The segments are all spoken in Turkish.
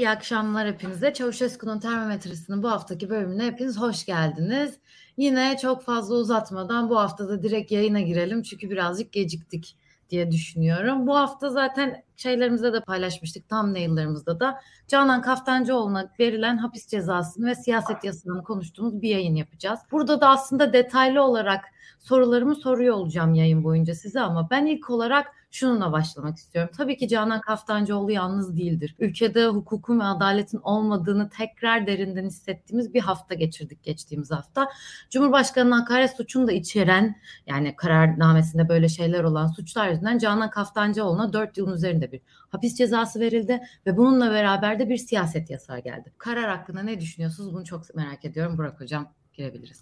İyi akşamlar hepinize. Çavuşesku'nun termometresinin bu haftaki bölümüne hepiniz hoş geldiniz. Yine çok fazla uzatmadan bu hafta da direkt yayına girelim. Çünkü birazcık geciktik diye düşünüyorum. Bu hafta zaten şeylerimizde de paylaşmıştık. Thumbnail'larımızda da Canan Kaftancıoğlu'na verilen hapis cezasını ve siyaset yasasını konuştuğumuz bir yayın yapacağız. Burada da aslında detaylı olarak sorularımı soruyor olacağım yayın boyunca size ama ben ilk olarak şununla başlamak istiyorum. Tabii ki Canan Kaftancıoğlu yalnız değildir. Ülkede hukukun ve adaletin olmadığını tekrar derinden hissettiğimiz bir hafta geçirdik geçtiğimiz hafta. Cumhurbaşkanı'nın hakaret suçunu da içeren, yani kararnamesinde böyle şeyler olan suçlar yüzünden Canan Kaftancıoğlu'na 4 yılın üzerinde bir hapis cezası verildi ve bununla beraber de bir siyaset yasağı geldi. Karar hakkında ne düşünüyorsunuz? Bunu çok merak ediyorum. Burak Hocam, girebiliriz.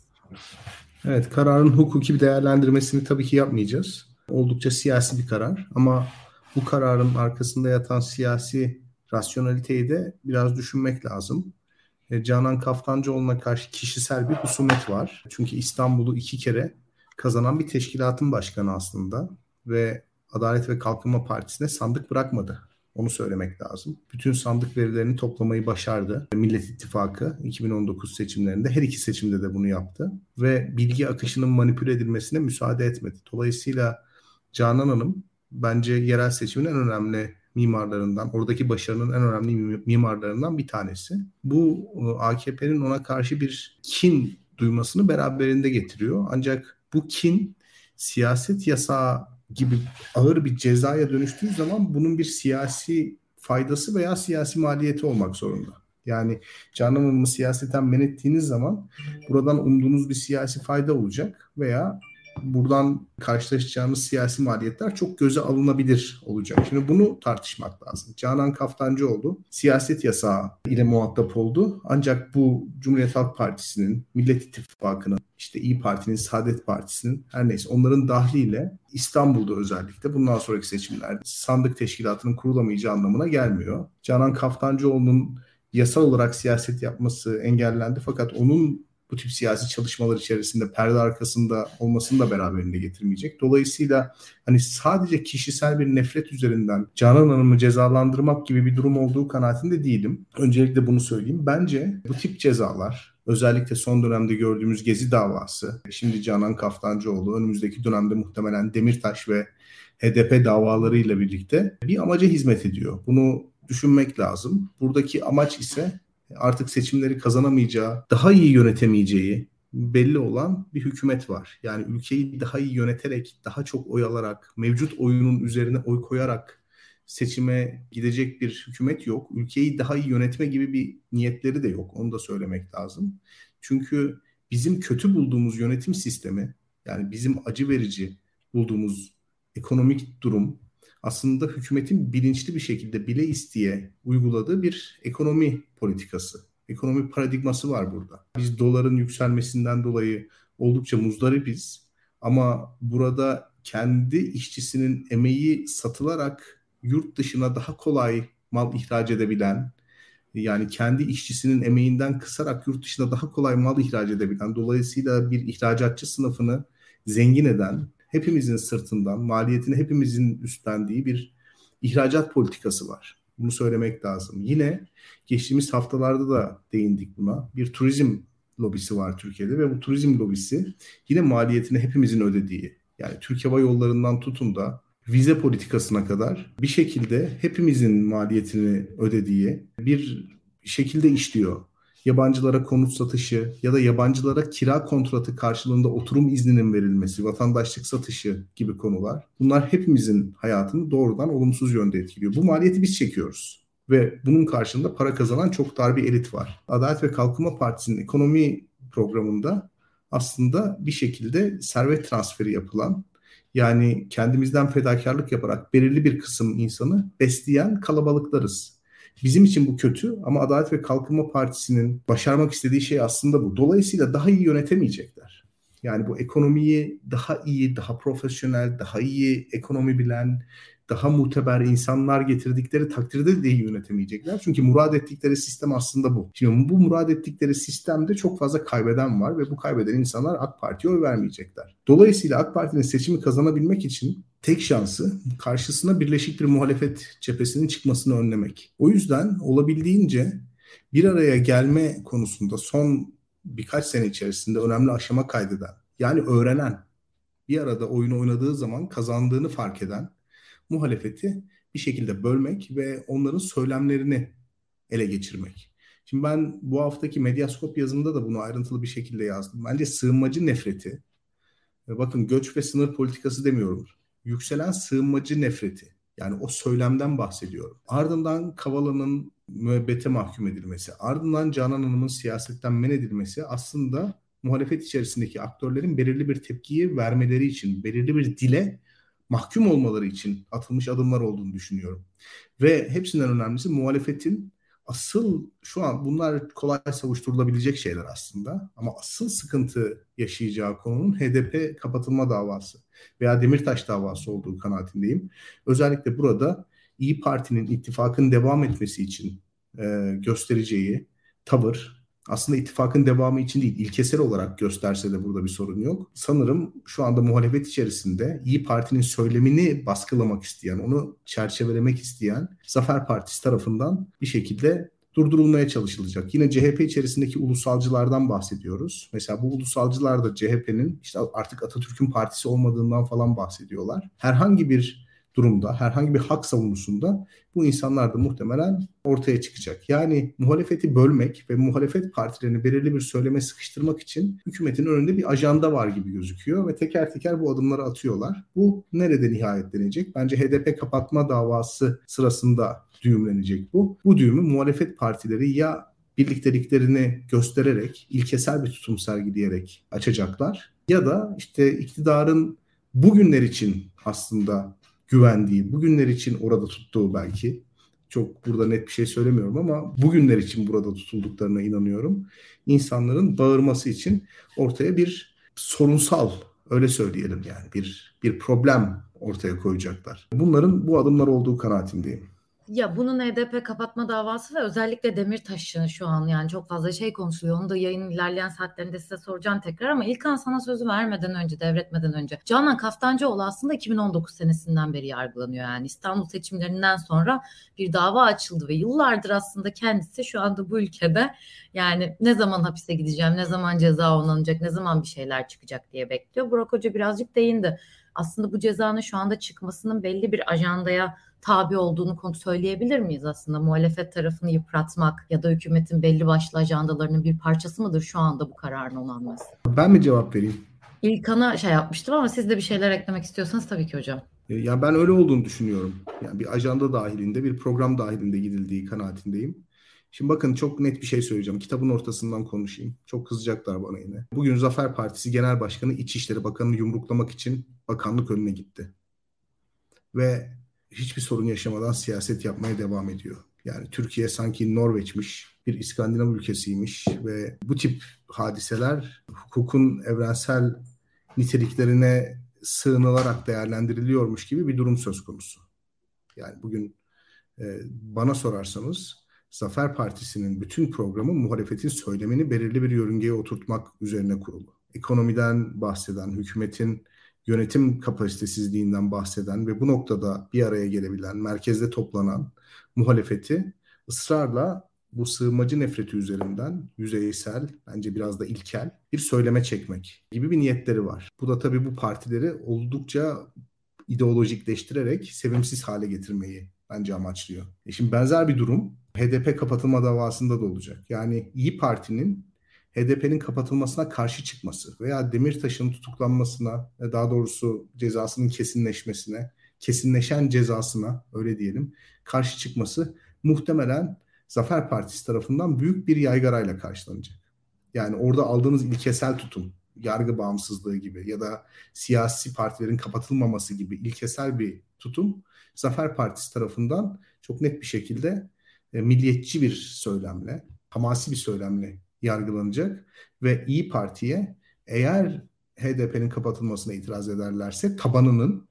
Evet, kararın hukuki bir değerlendirmesini tabii ki yapmayacağız. Oldukça siyasi bir karar ama bu kararın arkasında yatan siyasi rasyoneliteyi de biraz düşünmek lazım. Canan Kaftancıoğlu'na karşı kişisel bir husumet var. Çünkü İstanbul'u 2 kere kazanan bir teşkilatın başkanı aslında ve Adalet ve Kalkınma Partisi'ne sandık bırakmadı. Onu söylemek lazım. Bütün sandık verilerini toplamayı başardı. Millet İttifakı 2019 seçimlerinde her iki seçimde de bunu yaptı. Ve bilgi akışının manipüle edilmesine müsaade etmedi. Dolayısıyla Canan Hanım bence yerel seçimin en önemli mimarlarından, oradaki başarının en önemli mimarlarından bir tanesi. Bu AKP'nin ona karşı bir kin duymasını beraberinde getiriyor. Ancak bu kin siyaset yasağı gibi ağır bir cezaya dönüştüğü zaman bunun bir siyasi faydası veya siyasi maliyeti olmak zorunda. Yani Canan Hanım'ı siyaseten men ettiğiniz zaman buradan umduğunuz bir siyasi fayda olacak veya buradan karşılaşacağımız siyasi maliyetler çok göze alınabilir olacak. Şimdi bunu tartışmak lazım. Canan Kaftancıoğlu siyaset yasağı ile muhatap oldu. Ancak bu Cumhuriyet Halk Partisi'nin, Millet İttifakı'nın, işte İYİ Parti'nin, Saadet Partisi'nin her neyse onların dahliyle İstanbul'da özellikle bundan sonraki seçimlerde sandık teşkilatının kurulamayacağı anlamına gelmiyor. Canan Kaftancıoğlu'nun yasal olarak siyaset yapması engellendi fakat onun bu tip siyasi çalışmalar içerisinde perde arkasında olmasını da beraberinde getirmeyecek. Dolayısıyla hani sadece kişisel bir nefret üzerinden Canan Hanım'ı cezalandırmak gibi bir durum olduğu kanaatinde değilim. Öncelikle bunu söyleyeyim. Bence bu tip cezalar, özellikle son dönemde gördüğümüz Gezi davası, şimdi Canan Kaftancıoğlu, önümüzdeki dönemde muhtemelen Demirtaş ve HDP davalarıyla birlikte bir amaca hizmet ediyor. Bunu düşünmek lazım. Buradaki amaç ise artık seçimleri kazanamayacağı, daha iyi yönetemeyeceği belli olan bir hükümet var. Yani ülkeyi daha iyi yöneterek, daha çok oy alarak, mevcut oyunun üzerine oy koyarak seçime gidecek bir hükümet yok. Ülkeyi daha iyi yönetme gibi bir niyetleri de yok. Onu da söylemek lazım. Çünkü bizim kötü bulduğumuz yönetim sistemi, yani bizim acı verici bulduğumuz ekonomik durum aslında hükümetin bilinçli bir şekilde bile isteye uyguladığı bir ekonomi politikası. Ekonomi paradigması var burada. Biz doların yükselmesinden dolayı oldukça muzdaripiz ama burada kendi işçisinin emeği satılarak yurt dışına daha kolay mal ihraç edebilen, yani kendi işçisinin emeğinden kısarak yurt dışına daha kolay mal ihraç edebilen, dolayısıyla bir ihracatçı sınıfını zengin eden, hepimizin sırtından, maliyetini hepimizin üstlendiği bir ihracat politikası var. Bunu söylemek lazım. Yine geçtiğimiz haftalarda da değindik buna. Bir turizm lobisi var Türkiye'de ve bu turizm lobisi yine maliyetini hepimizin ödediği, yani Türk Hava Yolları'ndan tutun da vize politikasına kadar bir şekilde hepimizin maliyetini ödediği bir şekilde işliyor. Yabancılara konut satışı ya da yabancılara kira kontratı karşılığında oturum izninin verilmesi, vatandaşlık satışı gibi konular. Bunlar hepimizin hayatını doğrudan olumsuz yönde etkiliyor. Bu maliyeti biz çekiyoruz. Ve bunun karşılığında para kazanan çok dar bir elit var. Adalet ve Kalkınma Partisi'nin ekonomi programında aslında bir şekilde servet transferi yapılan, yani kendimizden fedakarlık yaparak belirli bir kısım insanı besleyen kalabalıklarız. Bizim için bu kötü ama Adalet ve Kalkınma Partisi'nin başarmak istediği şey aslında bu. Dolayısıyla daha iyi yönetemeyecekler. Yani bu ekonomiyi daha iyi, daha profesyonel, daha iyi ekonomi bilen, daha muteber insanlar getirdikleri takdirde de iyi yönetemeyecekler. Çünkü murad ettikleri sistem aslında bu. Şimdi bu murad ettikleri sistemde çok fazla kaybeden var ve bu kaybeden insanlar AK Parti'ye oy vermeyecekler. Dolayısıyla AK Parti'nin seçimi kazanabilmek için tek şansı karşısına birleşik bir muhalefet cephesinin çıkmasını önlemek. O yüzden olabildiğince bir araya gelme konusunda son birkaç sene içerisinde önemli aşama kaydeden, yani öğrenen, bir arada oyunu oynadığı zaman kazandığını fark eden muhalefeti bir şekilde bölmek ve onların söylemlerini ele geçirmek. Şimdi ben bu haftaki Medyaskop yazımda da bunu ayrıntılı bir şekilde yazdım. Bence sığınmacı nefreti, bakın göç ve sınır politikası demiyorum, yükselen sığınmacı nefreti, yani o söylemden bahsediyorum. Ardından Kavala'nın müebbete mahkum edilmesi, ardından Canan Hanım'ın siyasetten men edilmesi aslında muhalefet içerisindeki aktörlerin belirli bir tepkiyi vermeleri için, belirli bir dile mahkum olmaları için atılmış adımlar olduğunu düşünüyorum. Ve hepsinden önemlisi muhalefetin asıl, şu an bunlar kolay savuşturulabilecek şeyler aslında, ama asıl sıkıntı yaşayacağı konunun HDP kapatılma davası veya Demirtaş davası olduğu kanaatindeyim. Özellikle burada İyi Parti'nin ittifakın devam etmesi için göstereceği tavır, aslında ittifakın devamı için değil, ilkesel olarak gösterse de burada bir sorun yok. Sanırım şu anda muhalefet içerisinde İyi Parti'nin söylemini baskılamak isteyen, onu çerçevelemek isteyen Zafer Partisi tarafından bir şekilde durdurulmaya çalışılacak. Yine CHP içerisindeki ulusalcılardan bahsediyoruz. Mesela bu ulusalcılar da CHP'nin işte artık Atatürk'ün partisi olmadığından falan bahsediyorlar. Herhangi bir durumda, herhangi bir hak savunusunda bu insanlar da muhtemelen ortaya çıkacak. Yani muhalefeti bölmek ve muhalefet partilerini belirli bir söyleme sıkıştırmak için hükümetin önünde bir ajanda var gibi gözüküyor ve teker teker bu adımları atıyorlar. Bu nerede nihayetlenecek? Bence HDP kapatma davası sırasında düğümlenecek bu. Bu düğümü muhalefet partileri ya birlikteliklerini göstererek, ilkesel bir tutum sergileyerek açacaklar, ya da işte iktidarın bugünler için aslında güvendiği, bugünler için orada tuttuğu, belki çok burada net bir şey söylemiyorum ama bugünler için burada tutulduklarına inanıyorum. İnsanların bağırması için ortaya bir sorunsal, öyle söyleyelim, yani bir problem ortaya koyacaklar. Bunların bu adımlar olduğu kanaatindeyim. Ya bunun HDP kapatma davası ve özellikle Demirtaş'ın şu an yani çok fazla şey konuşuluyor. Onu da yayının ilerleyen saatlerinde size soracağım tekrar, ama İlkan sana sözü vermeden önce, devretmeden önce. Canan Kaftancıoğlu aslında 2019 senesinden beri yargılanıyor. Yani İstanbul seçimlerinden sonra bir dava açıldı ve yıllardır aslında kendisi şu anda bu ülkede, yani ne zaman hapise gideceğim, ne zaman ceza onanacak, ne zaman bir şeyler çıkacak diye bekliyor. Burak Hoca birazcık değindi. Aslında bu cezanın şu anda çıkmasının belli bir ajandaya tabi olduğunu söyleyebilir miyiz aslında? Muhalefet tarafını yıpratmak ya da hükümetin belli başlı ajandalarının bir parçası mıdır şu anda bu kararın onanması? Ben mi cevap vereyim? İlkan'a şey yapmıştım ama siz de bir şeyler eklemek istiyorsanız tabii ki hocam. Ya ben öyle olduğunu düşünüyorum. Yani bir ajanda dahilinde, bir program dahilinde gidildiği kanaatindeyim. Şimdi bakın, çok net bir şey söyleyeceğim. Kitabın ortasından konuşayım. Çok kızacaklar bana yine. Bugün Zafer Partisi Genel Başkanı İçişleri Bakanı'nı yumruklamak için bakanlık önüne gitti. Ve hiçbir sorun yaşamadan siyaset yapmaya devam ediyor. Yani Türkiye sanki Norveç'miş, bir İskandinav ülkesiymiş ve bu tip hadiseler hukukun evrensel niteliklerine sığınılarak değerlendiriliyormuş gibi bir durum söz konusu. Yani bugün bana sorarsanız Zafer Partisi'nin bütün programı muhalefetin söylemini belirli bir yörüngeye oturtmak üzerine kurulu. Ekonomiden bahseden, hükümetin yönetim kapasitesizliğinden bahseden ve bu noktada bir araya gelebilen, merkezde toplanan muhalefeti ısrarla bu sığınmacı nefreti üzerinden yüzeysel, bence biraz da ilkel bir söyleme çekmek gibi bir niyetleri var. Bu da tabii bu partileri oldukça ideolojikleştirerek sevimsiz hale getirmeyi bence amaçlıyor. Şimdi benzer bir durum HDP kapatılma davasında da olacak. Yani İyi Parti'nin HDP'nin kapatılmasına karşı çıkması veya Demirtaş'ın tutuklanmasına, daha doğrusu cezasının kesinleşmesine, kesinleşen cezasına öyle diyelim, karşı çıkması muhtemelen Zafer Partisi tarafından büyük bir yaygarayla karşılanacak. Yani orada aldığınız ilkesel tutum, yargı bağımsızlığı gibi ya da siyasi partilerin kapatılmaması gibi ilkesel bir tutum Zafer Partisi tarafından çok net bir şekilde milliyetçi bir söylemle, hamasi bir söylemle yargılanacak ve İyi Parti'ye, eğer HDP'nin kapatılmasına itiraz ederlerse, tabanının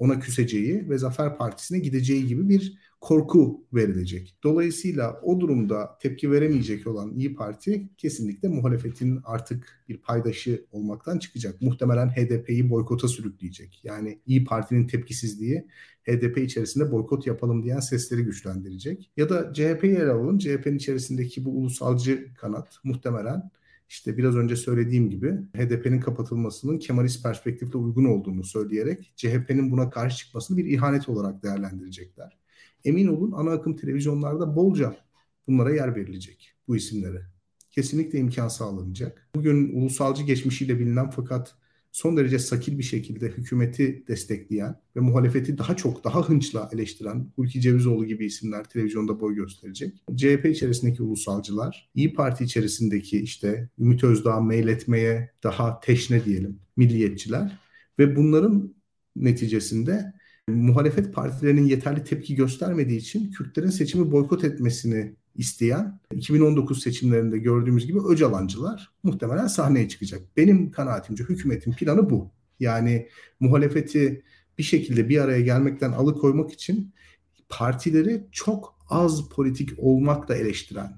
ona küseceği ve Zafer Partisi'ne gideceği gibi bir korku verilecek. Dolayısıyla o durumda tepki veremeyecek olan İyi Parti kesinlikle muhalefetin artık bir paydaşı olmaktan çıkacak. Muhtemelen HDP'yi boykota sürükleyecek. Yani İyi Parti'nin tepkisizliği HDP içerisinde boykot yapalım diyen sesleri güçlendirecek. Ya da CHP'yi ele alalım. CHP'nin içerisindeki bu ulusalcı kanat muhtemelen işte biraz önce söylediğim gibi HDP'nin kapatılmasının Kemalist perspektifle uygun olduğunu söyleyerek CHP'nin buna karşı çıkmasını bir ihanet olarak değerlendirecekler. Emin olun ana akım televizyonlarda bolca bunlara yer verilecek, bu isimlere. Kesinlikle imkan sağlanacak. Bugün ulusalcı geçmişiyle bilinen fakat son derece sakil bir şekilde hükümeti destekleyen ve muhalefeti daha hınçla eleştiren Hulki Cevizoğlu gibi isimler televizyonda boy gösterecek. CHP içerisindeki ulusalcılar, İyi Parti içerisindeki işte Ümit Özdağ'a meyletmeye daha teşne diyelim milliyetçiler ve bunların neticesinde muhalefet partilerinin yeterli tepki göstermediği için Kürtlerin seçimi boykot etmesini isteyen 2019 seçimlerinde gördüğümüz gibi Öcalancılar muhtemelen sahneye çıkacak. Benim kanaatimce hükümetin planı bu. Yani muhalefeti bir şekilde bir araya gelmekten alıkoymak için partileri çok az politik olmakla eleştiren,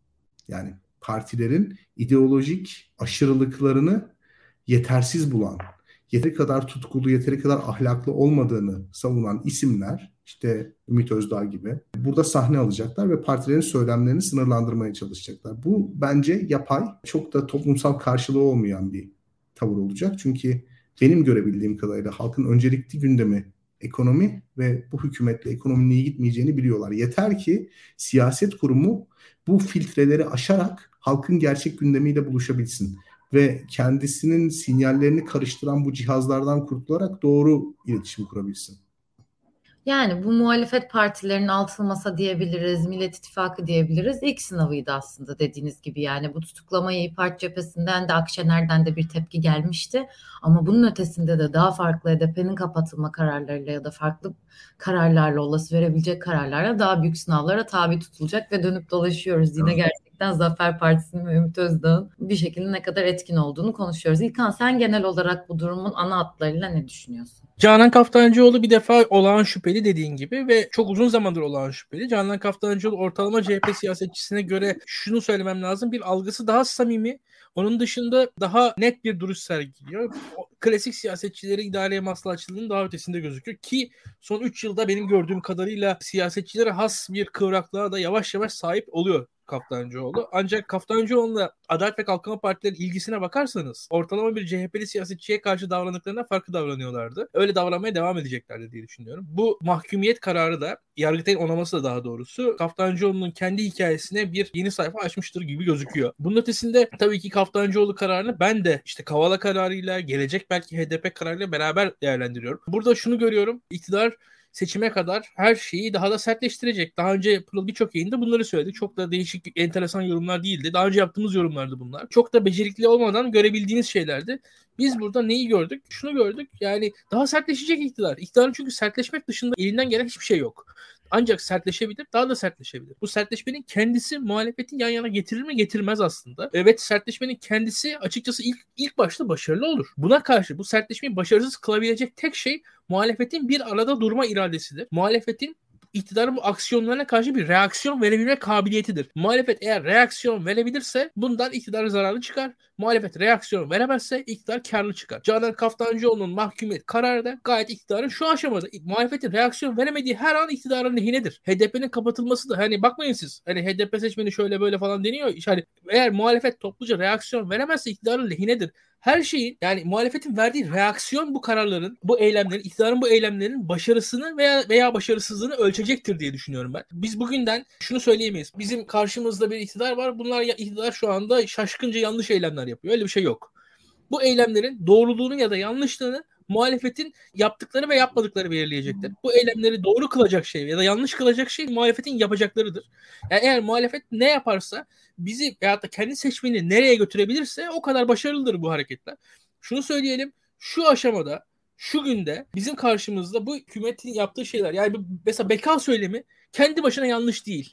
yani partilerin ideolojik aşırılıklarını yetersiz bulan, yeteri kadar tutkulu, yeteri kadar ahlaklı olmadığını savunan isimler, işte Ümit Özdağ gibi burada sahne alacaklar ve partilerin söylemlerini sınırlandırmaya çalışacaklar. Bu bence yapay, çok da toplumsal karşılığı olmayan bir tavır olacak. Çünkü benim görebildiğim kadarıyla halkın öncelikli gündemi ekonomi ve bu hükümetle ekonominin iyi gitmeyeceğini biliyorlar. Yeter ki siyaset kurumu bu filtreleri aşarak halkın gerçek gündemiyle buluşabilsin ve kendisinin sinyallerini karıştıran bu cihazlardan kurtularak doğru iletişim kurabilsin. Yani bu muhalefet partilerinin altılı masa diyebiliriz, Millet İttifakı diyebiliriz. İlk sınavıydı aslında dediğiniz gibi. Yani bu tutuklamayı İYİ Parti cephesinden de Akşener'den de bir tepki gelmişti. Ama bunun ötesinde de daha farklı HDP'nin kapatılma kararlarıyla ya da farklı kararlarla, olası verebilecek kararlarla daha büyük sınavlara tabi tutulacak ve dönüp dolaşıyoruz. Yine gerçekten Zafer Partisi'nin ve Ümit Özdağ'ın bir şekilde ne kadar etkin olduğunu konuşuyoruz. İlkan, sen genel olarak bu durumun ana hatlarıyla ne düşünüyorsun? Canan Kaftancıoğlu bir defa olağan şüpheli dediğin gibi ve çok uzun zamandır olağan şüpheli. Canan Kaftancıoğlu ortalama CHP siyasetçisine göre şunu söylemem lazım. Bir algısı daha samimi. Onun dışında daha net bir duruş sergiliyor. Klasik siyasetçileri idareye maslahatçılığının daha ötesinde gözüküyor ki son 3 yılda benim gördüğüm kadarıyla siyasetçilere has bir kıvraklığa da yavaş yavaş sahip oluyor Kaftancıoğlu. Ancak Kaftancıoğlu'na Adalet ve Kalkınma Partileri ilgisine bakarsanız ortalama bir CHP'li siyasetçiye karşı davrandıklarına farklı davranıyorlardı. Öyle davranmaya devam edeceklerdi diye düşünüyorum. Bu mahkumiyet kararı da, Yargıtay'ın onaması da daha doğrusu, Kaftancıoğlu'nun kendi hikayesine bir yeni sayfa açmıştır gibi gözüküyor. Bunun ötesinde tabii ki Kaftancıoğlu kararını ben de işte Kavala kararıyla, gelecek belki HDP kararıyla beraber değerlendiriyorum. Burada şunu görüyorum. İktidar seçime kadar her şeyi daha da sertleştirecek. Daha önce yapılan birçok yayında bunları söyledik. Çok da değişik, enteresan yorumlar değildi. Daha önce yaptığımız yorumlardı bunlar. Çok da becerikli olmadan görebildiğiniz şeylerdi. Biz burada neyi gördük? Şunu gördük. Yani daha sertleşecek iktidar. İktidarın çünkü sertleşmek dışında elinden gelen hiçbir şey yok. Ancak sertleşebilir, daha da sertleşebilir. Bu sertleşmenin kendisi muhalefetin yan yana getirir mi? Getirmez aslında. Evet, sertleşmenin kendisi açıkçası ilk başta başarılı olur. Buna karşı bu sertleşmeyi başarısız kılabilecek tek şey muhalefetin bir arada durma iradesidir. Muhalefetin iktidarın bu aksiyonlarına karşı bir reaksiyon verebilme kabiliyetidir. Muhalefet eğer reaksiyon verebilirse bundan iktidar zararlı çıkar. Muhalefet reaksiyon veremezse iktidar karlı çıkar. Canan Kaftancıoğlu'nun mahkumiyet kararı da gayet iktidarın şu aşamada muhalefetin reaksiyon veremediği her an iktidarın lehinedir. HDP'nin kapatılması da, hani bakmayın siz, hani HDP seçmeni şöyle böyle falan deniyor. Yani eğer muhalefet topluca reaksiyon veremezse iktidarın lehinedir. Her şeyin, yani muhalefetin verdiği reaksiyon bu kararların, bu eylemlerin, iktidarın bu eylemlerinin başarısını veya başarısızlığını ölçecektir diye düşünüyorum ben. Biz bugünden şunu söyleyemeyiz. Bizim karşımızda bir iktidar var. İktidar şu anda şaşkınca yanlış eylemler yapıyor. Öyle bir şey yok. Bu eylemlerin doğruluğunu ya da yanlışlığını muhalefetin yaptıkları ve yapmadıkları belirleyecektir. Bu eylemleri doğru kılacak şey ya da yanlış kılacak şey muhalefetin yapacaklarıdır. Yani eğer muhalefet ne yaparsa bizi veyahut da kendi seçmenini nereye götürebilirse o kadar başarılıdır bu hareketler. Şunu söyleyelim, şu aşamada, şu günde bizim karşımızda bu hükümetin yaptığı şeyler, yani mesela beka söylemi kendi başına yanlış değil.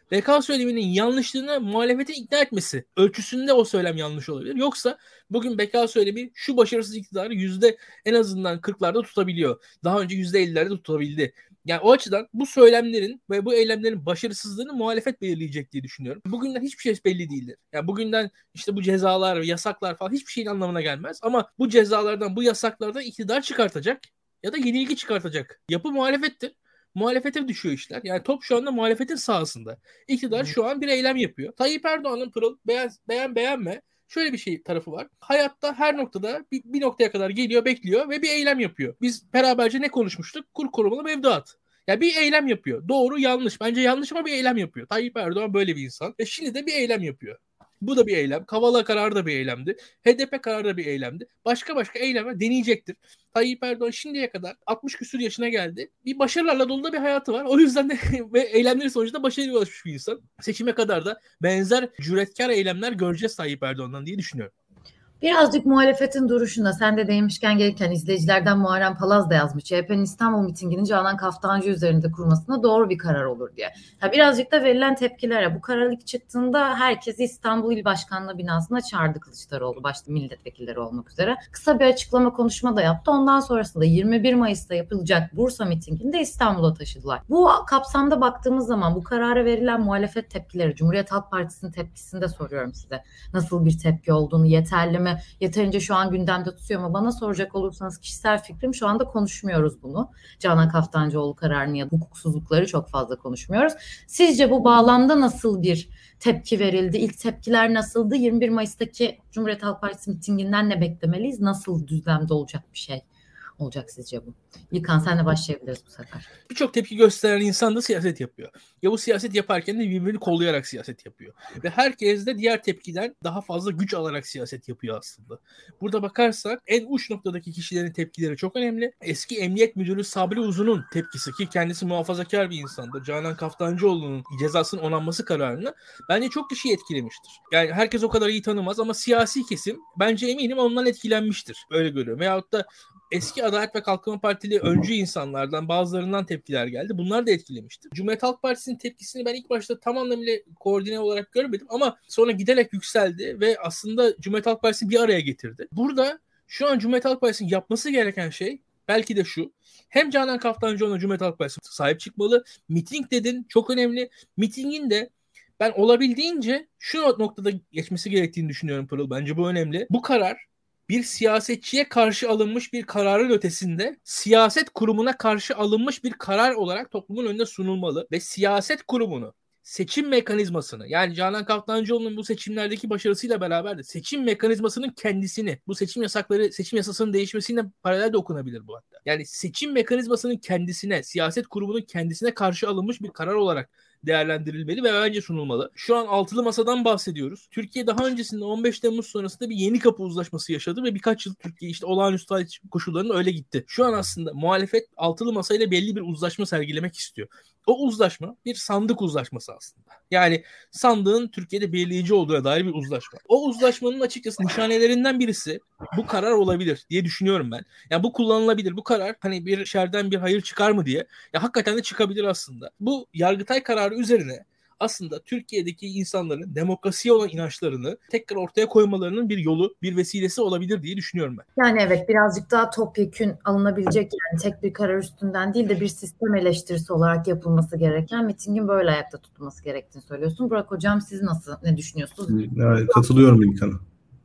BK söyleminin yanlışlığına muhalefetin ikna etmesi ölçüsünde o söylem yanlış olabilir. Yoksa bugün BK söylemi şu başarısız iktidarı en azından 40'larda tutabiliyor. Daha önce %50'lerde tutabildi. Yani o açıdan bu söylemlerin ve bu eylemlerin başarısızlığını muhalefet belirleyecek diye düşünüyorum. Bugünden hiçbir şey belli değildir. Yani bugünden işte bu cezalar ve yasaklar falan hiçbir şeyin anlamına gelmez. Ama bu cezalardan, bu yasaklardan iktidar çıkartacak ya da yenilgi çıkartacak yapı muhalefettir. Muhalefete düşüyor işler. Yani top şu anda muhalefetin sahasında. İktidar şu an bir eylem yapıyor. Tayyip Erdoğan'ın pırıl beğenme. Şöyle bir şey tarafı var. Hayatta her noktada bir noktaya kadar geliyor, bekliyor ve bir eylem yapıyor. Biz beraberce ne konuşmuştuk? Kur korumalı mevduat. Yani bir eylem yapıyor. Doğru, yanlış. Bence yanlış ama bir eylem yapıyor. Tayyip Erdoğan böyle bir insan. Ve şimdi de bir eylem yapıyor. Bu da bir eylem. Kavala kararı da bir eylemdi. HDP kararı da bir eylemdi. Başka eylemler deneyecektir. Tayyip Erdoğan şimdiye kadar 60 küsur yaşına geldi. Bir başarılarla dolu da bir hayatı var. O yüzden de ve eylemleri sonucunda başarıya ulaşmış bir insan. Seçime kadar da benzer cüretkar eylemler göreceğiz Tayyip Erdoğan'dan diye düşünüyorum. Birazcık muhalefetin duruşunda sen de değinmişken gelirken izleyicilerden Muharrem Palaz da yazmış. CHP'nin İstanbul mitingini Canan Kaftancı üzerinde kurmasına doğru bir karar olur diye. Ya birazcık da verilen tepkilere bu karar ilk çıktığında herkesi İstanbul İl Başkanlığı binasına çağırdı Kılıçdaroğlu başta milletvekilleri olmak üzere. Kısa bir açıklama konuşma da yaptı. Ondan sonrasında 21 Mayıs'ta yapılacak Bursa mitingini de İstanbul'a taşıdılar. Bu kapsamda baktığımız zaman bu karara verilen muhalefet tepkileri, Cumhuriyet Halk Partisi'nin tepkisini de soruyorum size. Nasıl bir tepki olduğunu, yeterli mi? Yeterince şu an gündemde tutuyor mu? Bana soracak olursanız kişisel fikrim şu anda konuşmuyoruz bunu. Canan Kaftancıoğlu kararını ya da hukuksuzlukları çok fazla konuşmuyoruz. Sizce bu bağlamda nasıl bir tepki verildi? İlk tepkiler nasıldı? 21 Mayıs'taki Cumhuriyet Halk Partisi mitinginden ne beklemeliyiz? Nasıl düzlemde olacak bir şey olacak sizce bu? İlkan senle başlayabiliriz bu sefer. Birçok tepki gösteren insan da siyaset yapıyor. Ya bu siyaset yaparken de birbirini kollayarak siyaset yapıyor. Ve herkes de diğer tepkiden daha fazla güç alarak siyaset yapıyor aslında. Burada bakarsak en uç noktadaki kişilerin tepkileri çok önemli. Eski Emniyet Müdürü Sabri Uzun'un tepkisi ki kendisi muhafazakar bir insandır. Canan Kaftancıoğlu'nun cezasının onanması kararını bence çok kişiyi etkilemiştir. Yani herkes o kadar iyi tanımaz ama siyasi kesim bence eminim ondan etkilenmiştir. Öyle görüyorum. Veyahut da eski Adalet ve Kalkınma Partili öncü insanlardan bazılarından tepkiler geldi. Bunlar da etkilemiştir. Cumhuriyet Halk Partisi'nin tepkisini ben ilk başta tam anlamıyla koordine olarak görmedim ama sonra giderek yükseldi ve aslında Cumhuriyet Halk Partisi'ni bir araya getirdi. Burada şu an Cumhuriyet Halk Partisi'nin yapması gereken şey belki de şu. Hem Canan Kaftancıoğlu'na Cumhuriyet Halk Partisi sahip çıkmalı. Miting dedin çok önemli. Mitingin de ben olabildiğince şu noktada geçmesi gerektiğini düşünüyorum Pırıl. Bence bu önemli. Bu karar bir siyasetçiye karşı alınmış bir kararın ötesinde siyaset kurumuna karşı alınmış bir karar olarak toplumun önüne sunulmalı ve siyaset kurumunu seçim mekanizmasını yani Canan Kaftancıoğlu'nun bu seçimlerdeki başarısıyla beraber de seçim mekanizmasının kendisini bu seçim yasasının değişmesiyle paralel de okunabilir bu hatta. Yani seçim mekanizmasının kendisine siyaset kurumunun kendisine karşı alınmış bir karar olarak değerlendirilmeli ve bence sunulmalı. Şu an altılı masadan bahsediyoruz. Türkiye daha öncesinde 15 Temmuz sonrasında bir Yenikapı Uzlaşması yaşadı ve birkaç yıl Türkiye işte olağanüstü hal koşullarında öyle gitti. Şu an aslında muhalefet altılı masayla belli bir uzlaşma sergilemek istiyor. O uzlaşma bir sandık uzlaşması aslında. Yani sandığın Türkiye'de belirleyici olduğuna dair bir uzlaşma. O uzlaşmanın açıkçası nişanelerinden birisi bu karar olabilir diye düşünüyorum ben. Yani bu kullanılabilir. Bu karar hani bir şerden bir hayır çıkar mı diye. Ya hakikaten de çıkabilir aslında. Bu Yargıtay kararı üzerine aslında Türkiye'deki insanların demokrasiye olan inançlarını tekrar ortaya koymalarının bir yolu, bir vesilesi olabilir diye düşünüyorum ben. Yani evet birazcık daha topyekün alınabilecek yani tek bir karar üstünden değil de bir sistem eleştirisi olarak yapılması gereken mitingin böyle ayakta tutulması gerektiğini söylüyorsun. Burak Hocam siz ne düşünüyorsunuz? Yani katılıyorum İlkan'a.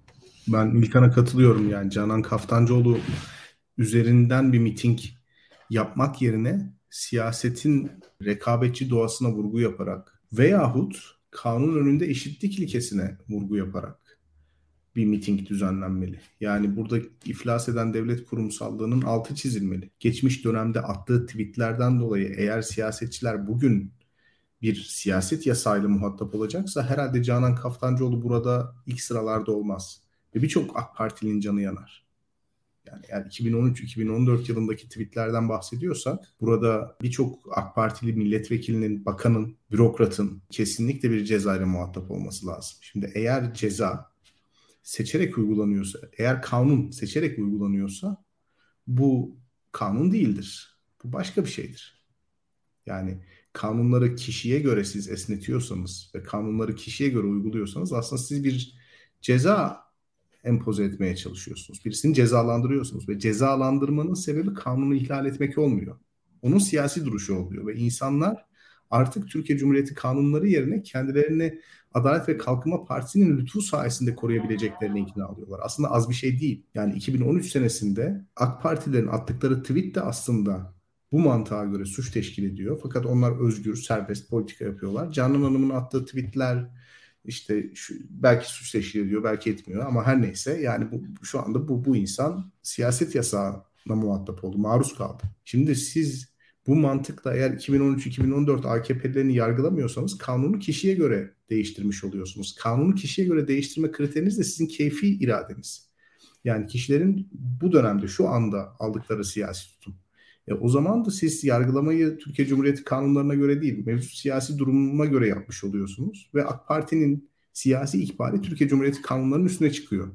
Ben İlkan'a katılıyorum yani Canan Kaftancıoğlu üzerinden bir miting yapmak yerine siyasetin rekabetçi doğasına vurgu yaparak veyahut kanun önünde eşitlik ilkesine vurgu yaparak bir miting düzenlenmeli. Yani burada iflas eden devlet kurumsallığının altı çizilmeli. Geçmiş dönemde attığı tweetlerden dolayı eğer siyasetçiler bugün bir siyaset yasayla muhatap olacaksa herhalde Canan Kaftancıoğlu burada ilk sıralarda olmaz. Ve birçok AK Partili'nin canı yanar. Yani eğer 2013-2014 yılındaki tweetlerden bahsediyorsak burada birçok AK Partili milletvekilinin, bakanın, bürokratın kesinlikle bir cezayla muhatap olması lazım. Şimdi eğer ceza seçerek uygulanıyorsa, eğer kanun seçerek uygulanıyorsa bu kanun değildir. Bu başka bir şeydir. Yani kanunları kişiye göre siz esnetiyorsanız ve kanunları kişiye göre uyguluyorsanız aslında siz bir ceza empoze etmeye çalışıyorsunuz. Birisini cezalandırıyorsunuz ve cezalandırmanın sebebi kanunu ihlal etmek olmuyor. Onun siyasi duruşu oluyor ve insanlar artık Türkiye Cumhuriyeti kanunları yerine kendilerini Adalet ve Kalkınma Partisi'nin lütfu sayesinde koruyabileceklerine ikna alıyorlar. Aslında az bir şey değil. Yani 2013 senesinde AK Partilerin attıkları tweet de aslında bu mantığa göre suç teşkil ediyor. Fakat onlar özgür, serbest politika yapıyorlar. Canan Hanım'ın attığı tweetler işte belki suç teşkil ediyor, belki etmiyor ama her neyse yani şu anda bu insan siyaset yasağına muhatap oldu, maruz kaldı. Şimdi siz bu mantıkla eğer 2013-2014 AKP'lerini yargılamıyorsanız kanunu kişiye göre değiştirmiş oluyorsunuz. Kanunu kişiye göre değiştirme kriteriniz de sizin keyfi iradeniz. Yani kişilerin bu dönemde şu anda aldıkları siyasi tutum. O zaman da siz yargılamayı Türkiye Cumhuriyeti kanunlarına göre değil, mevcut siyasi durumuna göre yapmış oluyorsunuz. Ve AK Parti'nin siyasi ihbari Türkiye Cumhuriyeti kanunlarının üstüne çıkıyor.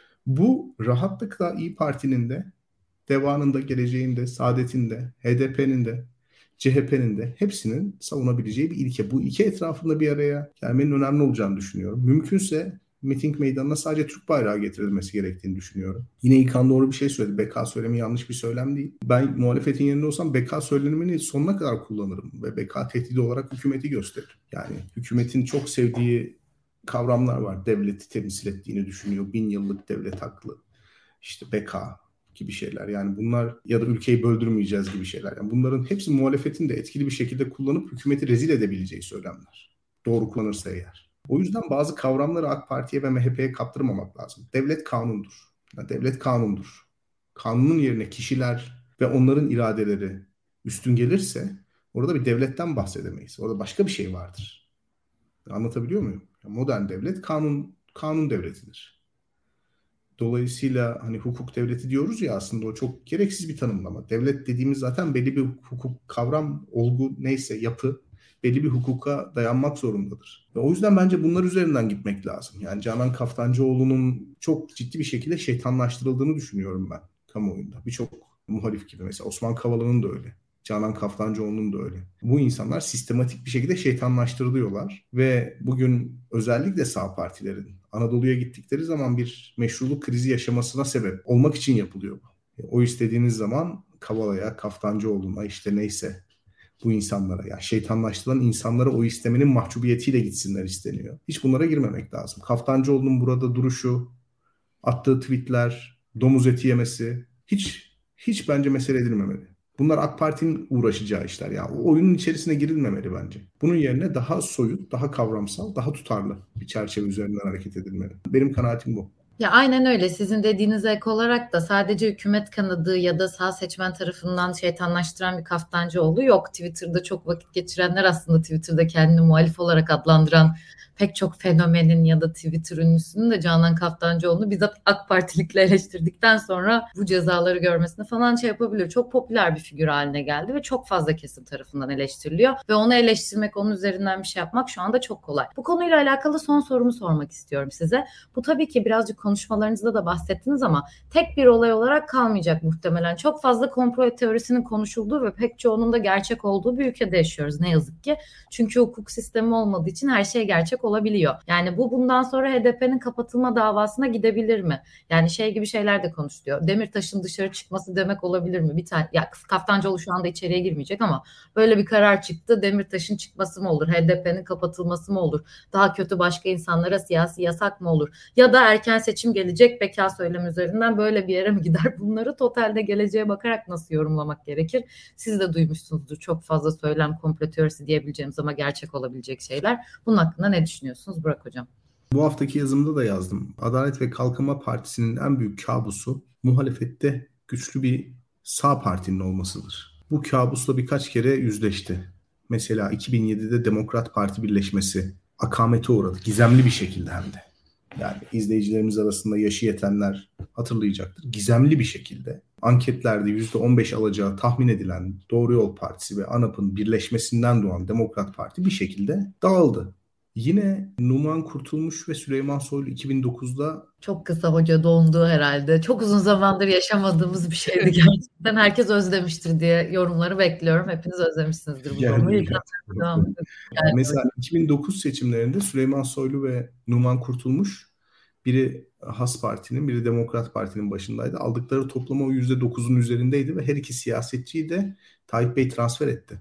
Bu rahatlıkla İYİ Parti'nin de, DEVA'nın da, geleceğin de, Saadet'in de, HDP'nin de, CHP'nin de hepsinin savunabileceği bir ilke. Bu ilke etrafında bir araya gelmenin önemli olacağını düşünüyorum. Mümkünse miting meydanına sadece Türk bayrağı getirilmesi gerektiğini düşünüyorum. Yine İlkan doğru bir şey söyledi. BK söylemi yanlış bir söylem değil. Ben muhalefetin yerinde olsam BK söylemini sonuna kadar kullanırım ve BK tehdidi olarak hükümeti gösteririm. Yani hükümetin çok sevdiği kavramlar var. Devleti temsil ettiğini düşünüyor. 1000 yıllık devlet haklı. İşte BK gibi şeyler. Yani bunlar ya da ülkeyi böldürmeyeceğiz gibi şeyler. Yani bunların hepsi muhalefetin de etkili bir şekilde kullanıp hükümeti rezil edebileceği söylemler. Doğru kullanırsa eğer. O yüzden bazı kavramları AK Parti'ye ve MHP'ye kaptırmamak lazım. Devlet kanundur. Yani devlet kanundur. Kanunun yerine kişiler ve onların iradeleri üstün gelirse orada bir devletten bahsedemeyiz. Orada başka bir şey vardır. Anlatabiliyor muyum? Modern devlet kanun devletidir. Dolayısıyla hani hukuk devleti diyoruz ya aslında o çok gereksiz bir tanımlama. Devlet dediğimiz zaten belli bir hukuk kavram, olgu neyse yapı belli bir hukuka dayanmak zorundadır. Ve o yüzden bence bunlar üzerinden gitmek lazım. Yani Canan Kaftancıoğlu'nun çok ciddi bir şekilde şeytanlaştırıldığını düşünüyorum ben kamuoyunda. Birçok muhalif gibi mesela Osman Kavala'nın da öyle. Canan Kaftancıoğlu'nun da öyle. Bu insanlar sistematik bir şekilde şeytanlaştırılıyorlar ve bugün özellikle sağ partilerin Anadolu'ya gittikleri zaman bir meşruluk krizi yaşamasına sebep olmak için yapılıyor bu. O istediğiniz zaman Kavala'ya, Kaftancıoğlu'na işte neyse bu insanlara yani şeytanlaştırılan insanlara o istemenin mahcubiyetiyle gitsinler isteniyor. Hiç bunlara girmemek lazım. Kaftancıoğlu'nun burada duruşu, attığı tweetler, domuz eti yemesi hiç bence mesele edilmemeli. Bunlar AK Parti'nin uğraşacağı işler. Yani o oyunun içerisine girilmemeli bence. Bunun yerine daha soyut, daha kavramsal, daha tutarlı bir çerçeve üzerinden hareket edilmeli. Benim kanaatim bu. Ya aynen öyle. Sizin dediğinize ek olarak da sadece hükümet kanadı ya da sağ seçmen tarafından şeytanlaştıran bir Kaftancıoğlu yok. Twitter'da çok vakit geçirenler aslında Twitter'da kendini muhalif olarak adlandıran pek çok fenomenin ya da Twitter ünlüsünün de Canan Kaftancıoğlu'nu bizzat AK Partilikle eleştirdikten sonra bu cezaları görmesini falan yapabilir. Çok popüler bir figür haline geldi ve çok fazla kesim tarafından eleştiriliyor ve onu eleştirmek, onun üzerinden bir şey yapmak şu anda çok kolay. Bu konuyla alakalı son sorumu sormak istiyorum size. Bu tabii ki birazcık konuşmalarınızda da bahsettiniz ama tek bir olay olarak kalmayacak muhtemelen. Çok fazla komplo teorisinin konuşulduğu ve pek çoğunun da gerçek olduğu bir ülkede yaşıyoruz ne yazık ki. Çünkü hukuk sistemi olmadığı için her şey gerçek olabiliyor. Yani bu bundan sonra HDP'nin kapatılma davasına gidebilir mi? Yani şey gibi şeyler de konuşuluyor. Demirtaş'ın dışarı çıkması demek olabilir mi? Bir tane ya Kaftancıoğlu şu anda içeriye girmeyecek ama böyle bir karar çıktı. Demirtaş'ın çıkması mı olur? HDP'nin kapatılması mı olur? Daha kötü başka insanlara siyasi yasak mı olur? Ya da erken seçim gelecek beka söylem üzerinden böyle bir yere mi gider? Bunları totalde geleceğe bakarak nasıl yorumlamak gerekir? Siz de duymuşsunuzdur çok fazla söylem komplo teorisi diyebileceğimiz ama gerçek olabilecek şeyler. Bunun hakkında ne düşünüyorsunuz Burak Hocam? Bu haftaki yazımda da yazdım. Adalet ve Kalkınma Partisi'nin en büyük kabusu muhalefette güçlü bir sağ partinin olmasıdır. Bu kabusla birkaç kere yüzleşti. Mesela 2007'de Demokrat Parti birleşmesi akamete uğradı. Gizemli bir şekilde hem de. Yani izleyicilerimiz arasında yaşı yetenler hatırlayacaktır. Gizemli bir şekilde anketlerde %15 alacağı tahmin edilen Doğru Yol Partisi ve ANAP'ın birleşmesinden doğan Demokrat Parti bir şekilde dağıldı. Yine Numan Kurtulmuş ve Süleyman Soylu 2009'da Çok kısa hoca dondu herhalde. Çok uzun zamandır yaşamadığımız bir şeydi gerçekten. Herkes özlemiştir diye yorumları bekliyorum. Hepiniz özlemişsinizdir bu durumu. geldi. Devam edelim. Yani, Mesela 2009 seçimlerinde Süleyman Soylu ve Numan Kurtulmuş, biri Has Parti'nin, biri Demokrat Parti'nin başındaydı. Aldıkları toplama o %9'un üzerindeydi ve her iki siyasetçiyi de Tayyip Bey transfer etti.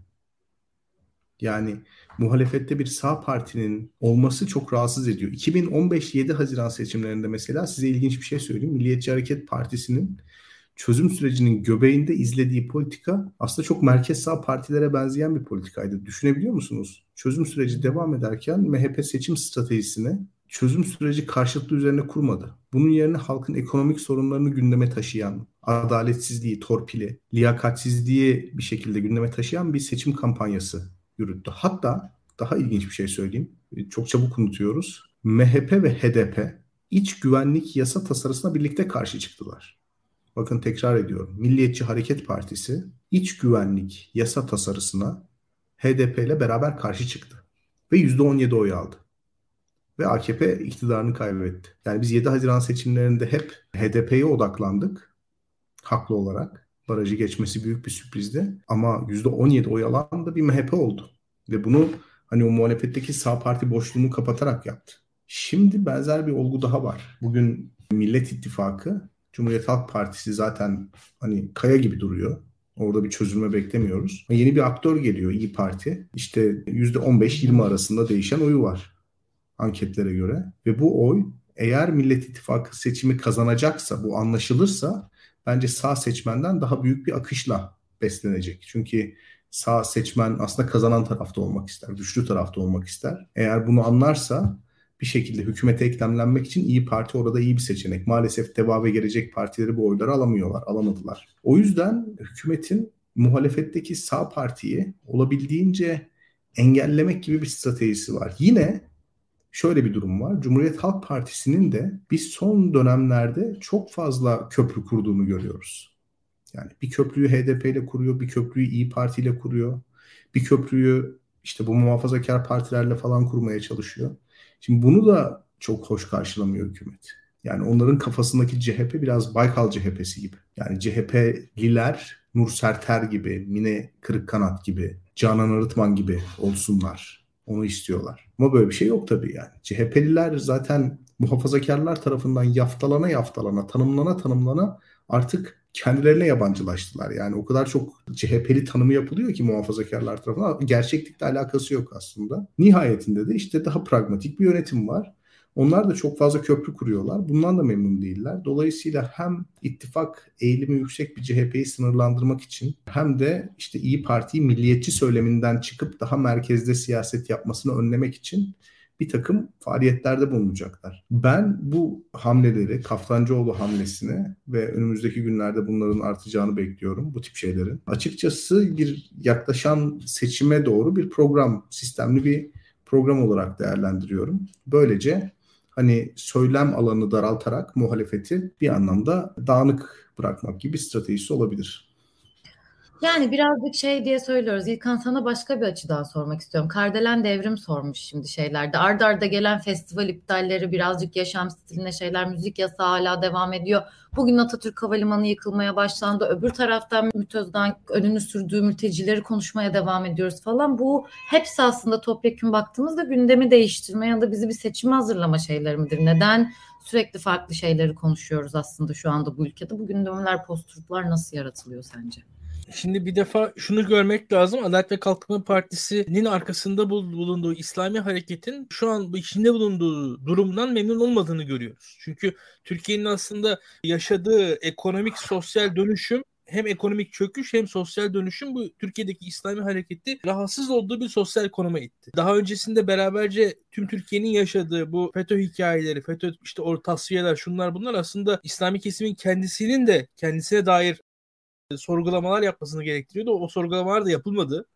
Yani muhalefette bir sağ partinin olması çok rahatsız ediyor. 2015 7 Haziran seçimlerinde mesela size ilginç bir şey söyleyeyim. Milliyetçi Hareket Partisi'nin çözüm sürecinin göbeğinde izlediği politika aslında çok merkez sağ partilere benzeyen bir politikaydı. Düşünebiliyor musunuz? Çözüm süreci devam ederken MHP seçim stratejisini çözüm süreci karşıtlığı üzerine kurmadı. Bunun yerine halkın ekonomik sorunlarını gündeme taşıyan, adaletsizliği, torpili, liyakatsizliği bir şekilde gündeme taşıyan bir seçim kampanyası yürüttü. Hatta daha ilginç bir şey söyleyeyim. Çok çabuk unutuyoruz. MHP ve HDP iç güvenlik yasa tasarısına birlikte karşı çıktılar. Bakın tekrar ediyorum. Milliyetçi Hareket Partisi iç güvenlik yasa tasarısına HDP ile beraber karşı çıktı. Ve %17 oy aldı. Ve AKP iktidarını kaybetti. Yani biz 7 Haziran seçimlerinde hep HDP'ye odaklandık. Haklı olarak. Barajı geçmesi büyük bir sürprizdi. Ama %17 oy alan da bir MHP oldu. Ve bunu hani o muhalefetteki sağ parti boşluğunu kapatarak yaptı. Şimdi benzer bir olgu daha var. Bugün Millet İttifakı, Cumhuriyet Halk Partisi zaten hani kaya gibi duruyor. Orada bir çözülme beklemiyoruz. Yeni bir aktör geliyor, İYİ Parti. İşte %15-20 arasında değişen oyu var anketlere göre. Ve bu oy eğer Millet İttifakı seçimi kazanacaksa, bu anlaşılırsa bence sağ seçmenden daha büyük bir akışla beslenecek. Çünkü sağ seçmen aslında kazanan tarafta olmak ister, güçlü tarafta olmak ister. Eğer bunu anlarsa bir şekilde hükümete eklemlenmek için İYİ Parti orada iyi bir seçenek. Maalesef DEVA ve Gelecek Partileri bu oyları alamadılar. O yüzden hükümetin muhalefetteki sağ partiyi olabildiğince engellemek gibi bir stratejisi var. Yine şöyle bir durum var. Cumhuriyet Halk Partisi'nin de biz son dönemlerde çok fazla köprü kurduğunu görüyoruz. Yani bir köprüyü HDP ile kuruyor, bir köprüyü İYİ Parti ile kuruyor, bir köprüyü işte bu muhafazakar partilerle falan kurmaya çalışıyor. Şimdi bunu da çok hoş karşılamıyor hükümet. Yani onların kafasındaki CHP biraz Baykal CHP'si gibi. Yani CHP'liler Nur Serter gibi, Mine Kırıkkanat gibi, Canan Arıtman gibi olsunlar. Onu istiyorlar. Ama böyle bir şey yok tabii yani. CHP'liler zaten muhafazakarlar tarafından yaftalana, tanımlana artık kendilerine yabancılaştılar. Yani o kadar çok CHP'li tanımı yapılıyor ki muhafazakarlar tarafından. Gerçeklikle alakası yok aslında. Nihayetinde de işte daha pragmatik bir yönetim var. Onlar da çok fazla köprü kuruyorlar. Bundan da memnun değiller. Dolayısıyla hem ittifak eğilimi yüksek bir CHP'yi sınırlandırmak için hem de işte İYİ Parti'yi milliyetçi söyleminden çıkıp daha merkezde siyaset yapmasını önlemek için bir takım faaliyetlerde bulunacaklar. Ben bu hamleleri, Kaftancıoğlu hamlesini ve önümüzdeki günlerde bunların artacağını bekliyorum, bu tip şeylerin. Açıkçası bir yaklaşan seçime doğru bir program, sistemli bir program olarak değerlendiriyorum. Böylece hani söylem alanını daraltarak muhalefeti bir anlamda dağınık bırakmak gibi bir stratejisi olabilir. Yani birazcık şey diye söylüyoruz. İlkan, sana başka bir açıdan sormak istiyorum. Kardelen Devrim sormuş şimdi şeylerde. Arda arda gelen festival iptalleri, birazcık yaşam stiline şeyler, müzik yasağı hala devam ediyor. Bugün Atatürk Havalimanı yıkılmaya başlandı. Öbür taraftan Ümit Özdağ'ın önünü sürdüğü mültecileri konuşmaya devam ediyoruz falan. Bu hepsi aslında topyekun baktığımızda gündemi değiştirme ya da bizi bir seçime hazırlama şeyleri midir? Neden sürekli farklı şeyleri konuşuyoruz aslında şu anda bu ülkede? Bu gündemler, post-truthlar nasıl yaratılıyor sence? Şimdi bir defa şunu görmek lazım. Adalet ve Kalkınma Partisi'nin arkasında bulunduğu İslami hareketin şu an içinde bulunduğu durumdan memnun olmadığını görüyoruz. Çünkü Türkiye'nin aslında yaşadığı ekonomik sosyal dönüşüm, hem ekonomik çöküş hem sosyal dönüşüm bu Türkiye'deki İslami hareketi rahatsız olduğu bir sosyal konuma itti. Daha öncesinde beraberce tüm Türkiye'nin yaşadığı bu FETÖ hikayeleri, FETÖ işte o tasfiyeler, şunlar bunlar aslında İslami kesimin kendisinin de kendisine dair sorgulamalar yapmasını gerektiriyordu. O sorgulamalar da yapılmadı.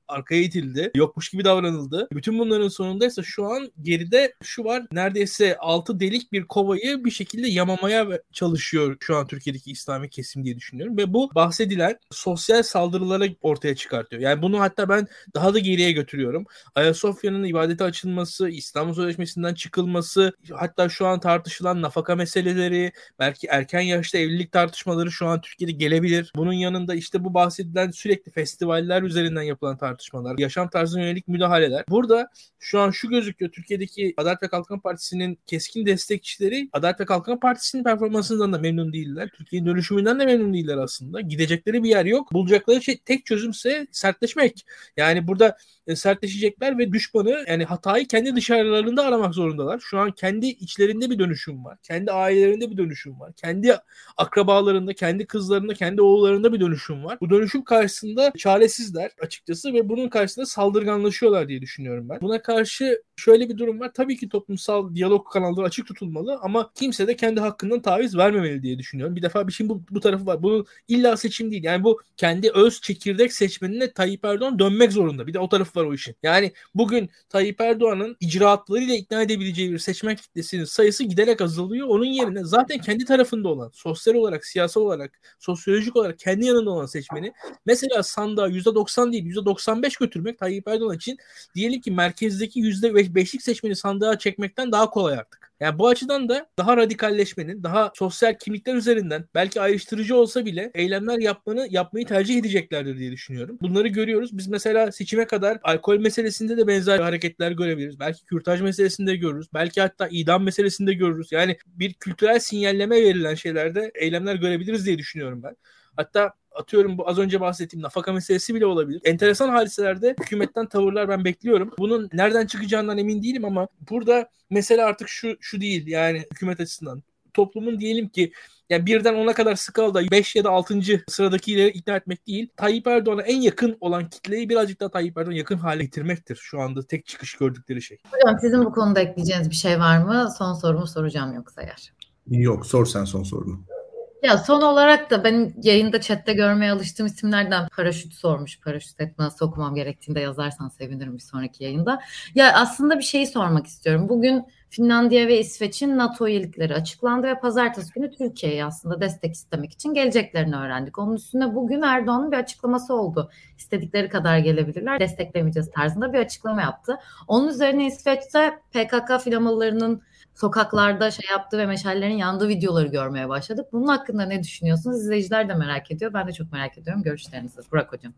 arkaya itildi. Yokmuş gibi davranıldı. Bütün bunların sonundaysa şu an geride şu var. Neredeyse 6 delik bir kovayı bir şekilde yamamaya çalışıyor şu an Türkiye'deki İslami kesim diye düşünüyorum. Ve bu bahsedilen sosyal saldırıları ortaya çıkartıyor. Yani bunu hatta ben daha da geriye götürüyorum. Ayasofya'nın ibadete açılması, İstanbul Sözleşmesi'nden çıkılması, hatta şu an tartışılan nafaka meseleleri, belki erken yaşta evlilik tartışmaları şu an Türkiye'de gelebilir. Bunun yanında işte bu bahsedilen sürekli festivaller üzerinden yapılan tartışmalar, yaşam tarzına yönelik müdahaleler. Burada şu an şu gözüküyor: Türkiye'deki Adalet ve Kalkınma Partisi'nin keskin destekçileri Adalet ve Kalkınma Partisi'nin performansından da memnun değiller. Türkiye'nin dönüşümünden de memnun değiller aslında. Gidecekleri bir yer yok. Bulacakları tek çözümse sertleşmek. Yani burada sertleşecekler ve düşmanı, yani hatayı kendi dışarılarında aramak zorundalar. Şu an kendi içlerinde bir dönüşüm var. Kendi ailelerinde bir dönüşüm var. Kendi akrabalarında, kendi kızlarında, kendi oğullarında bir dönüşüm var. Bu dönüşüm karşısında çaresizler açıkçası ve bunun karşısında saldırganlaşıyorlar diye düşünüyorum ben. Buna karşı şöyle bir durum var. Tabii ki toplumsal diyalog kanalları açık tutulmalı ama kimse de kendi hakkından taviz vermemeli diye düşünüyorum. Bir defa bir şeyin bu tarafı var. Bu illa seçim değil. Yani bu kendi öz çekirdek seçmenine Tayyip Erdoğan dönmek zorunda. Bir de o tarafı var o işin. Yani bugün Tayyip Erdoğan'ın icraatlarıyla ikna edebileceği bir seçmen kitlesinin sayısı giderek azalıyor. Onun yerine zaten kendi tarafında olan, sosyal olarak, siyasal olarak, sosyolojik olarak kendi yanında olan seçmeni mesela sandığa %90 değil %95 götürmek Tayyip Erdoğan için diyelim ki merkezdeki %5'lik seçmeni sandığa çekmekten daha kolay artık. Yani bu açıdan da daha radikalleşmenin, daha sosyal kimlikler üzerinden belki ayrıştırıcı olsa bile eylemler yapmayı tercih edeceklerdir diye düşünüyorum. Bunları görüyoruz. Biz mesela seçime kadar alkol meselesinde de benzer hareketler görebiliriz. Belki kürtaj meselesinde görürüz. Belki hatta idam meselesinde görürüz. Yani bir kültürel sinyalleme verilen şeylerde eylemler görebiliriz diye düşünüyorum ben. Hatta atıyorum bu az önce bahsettiğim nafaka meselesi bile olabilir. Enteresan hadiselerde hükümetten tavırlar ben bekliyorum. Bunun nereden çıkacağından emin değilim ama burada mesele artık şu değil, yani hükümet açısından. Toplumun diyelim ki yani birden 10'a kadar skalada 5 ya da 6. sıradakileri ikna etmek değil, Tayyip Erdoğan'a en yakın olan kitleyi birazcık daha Tayyip Erdoğan'a yakın hale getirmektir. Şu anda tek çıkış gördükleri şey. Hocam sizin bu konuda ekleyeceğiniz bir şey var mı? Son sorumu soracağım yoksa eğer. Yok, sor sen son sorunu. Ya son olarak da benim yayında chatte görmeye alıştığım isimlerden Paraşüt sormuş. Paraşüt nasıl okumam gerektiğinde yazarsan sevinirim bir sonraki yayında. Ya aslında bir şeyi sormak istiyorum. Bugün Finlandiya ve İsveç'in NATO üyelikleri açıklandı ve pazartesi günü Türkiye'ye aslında destek istemek için geleceklerini öğrendik. Onun üstüne bugün Erdoğan'ın bir açıklaması oldu. İstedikleri kadar gelebilirler, desteklemeyeceğiz tarzında bir açıklama yaptı. Onun üzerine İsveç'te PKK flamalarının sokaklarda yaptığı ve meşallerin yandığı videoları görmeye başladık. Bunun hakkında ne düşünüyorsunuz? İzleyiciler de merak ediyor. Ben de çok merak ediyorum. Görüşlerinizi. Burak Hocam.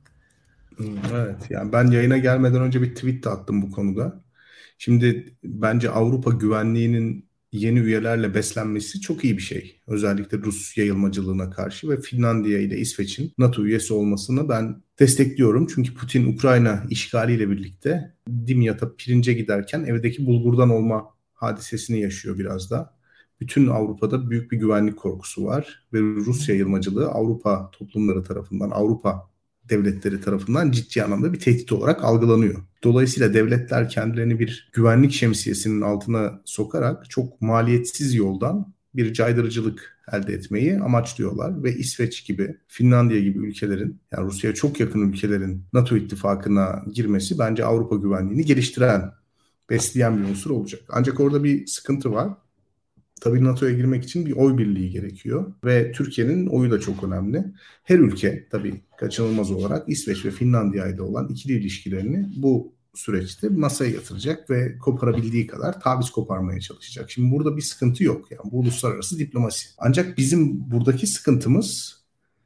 Evet, yani ben yayına gelmeden önce bir tweet de attım bu konuda. Şimdi bence Avrupa güvenliğinin yeni üyelerle beslenmesi çok iyi bir şey. Özellikle Rus yayılmacılığına karşı ve Finlandiya ile İsveç'in NATO üyesi olmasını ben destekliyorum. Çünkü Putin Ukrayna işgaliyle birlikte dimyata pirince giderken evdeki bulgurdan olma hadisesini yaşıyor biraz da. Bütün Avrupa'da büyük bir güvenlik korkusu var ve Rus yayılmacılığı Avrupa toplumları tarafından, Avrupa devletleri tarafından ciddi anlamda bir tehdit olarak algılanıyor. Dolayısıyla devletler kendilerini bir güvenlik şemsiyesinin altına sokarak çok maliyetsiz yoldan bir caydırıcılık elde etmeyi amaçlıyorlar ve İsveç gibi, Finlandiya gibi ülkelerin, yani Rusya'ya çok yakın ülkelerin NATO ittifakına girmesi bence Avrupa güvenliğini geliştiren, besleyen bir unsur olacak. Ancak orada bir sıkıntı var. Tabii NATO'ya girmek için bir oy birliği gerekiyor ve Türkiye'nin oyu da çok önemli. Her ülke tabii kaçınılmaz olarak İsveç ve Finlandiya ile olan ikili ilişkilerini bu süreçte masaya yatıracak ve koparabildiği kadar taviz koparmaya çalışacak. Şimdi burada bir sıkıntı yok. Yani bu uluslararası diplomasi. Ancak bizim buradaki sıkıntımız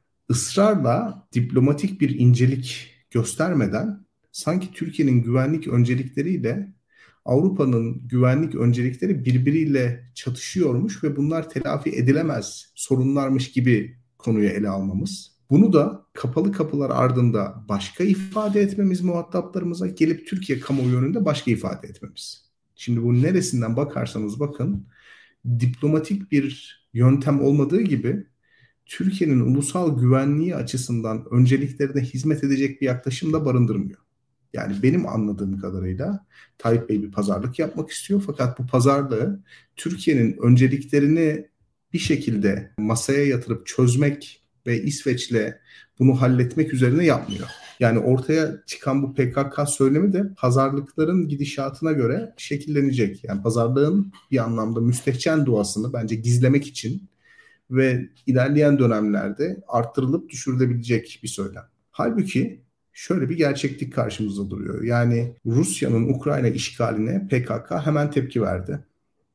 ısrarla diplomatik bir incelik göstermeden sanki Türkiye'nin güvenlik öncelikleriyle Avrupa'nın güvenlik öncelikleri birbiriyle çatışıyormuş ve bunlar telafi edilemez sorunlarmış gibi konuyu ele almamız. Bunu da kapalı kapılar ardında başka ifade etmemiz muhataplarımıza, gelip Türkiye kamuoyu önünde başka ifade etmemiz. Şimdi bu neresinden bakarsanız bakın, diplomatik bir yöntem olmadığı gibi Türkiye'nin ulusal güvenliği açısından önceliklerine hizmet edecek bir yaklaşım da barındırmıyor. Yani benim anladığım kadarıyla Tayyip Bey bir pazarlık yapmak istiyor. Fakat bu pazarlığı Türkiye'nin önceliklerini bir şekilde masaya yatırıp çözmek ve İsveç'le bunu halletmek üzerine yapmıyor. Yani ortaya çıkan bu PKK söylemi de pazarlıkların gidişatına göre şekillenecek. Yani pazarlığın bir anlamda müstehcen doğasını bence gizlemek için ve ilerleyen dönemlerde arttırılıp düşürülebilecek bir söylem. Halbuki şöyle bir gerçeklik karşımızda duruyor. Yani Rusya'nın Ukrayna işgaline PKK hemen tepki verdi.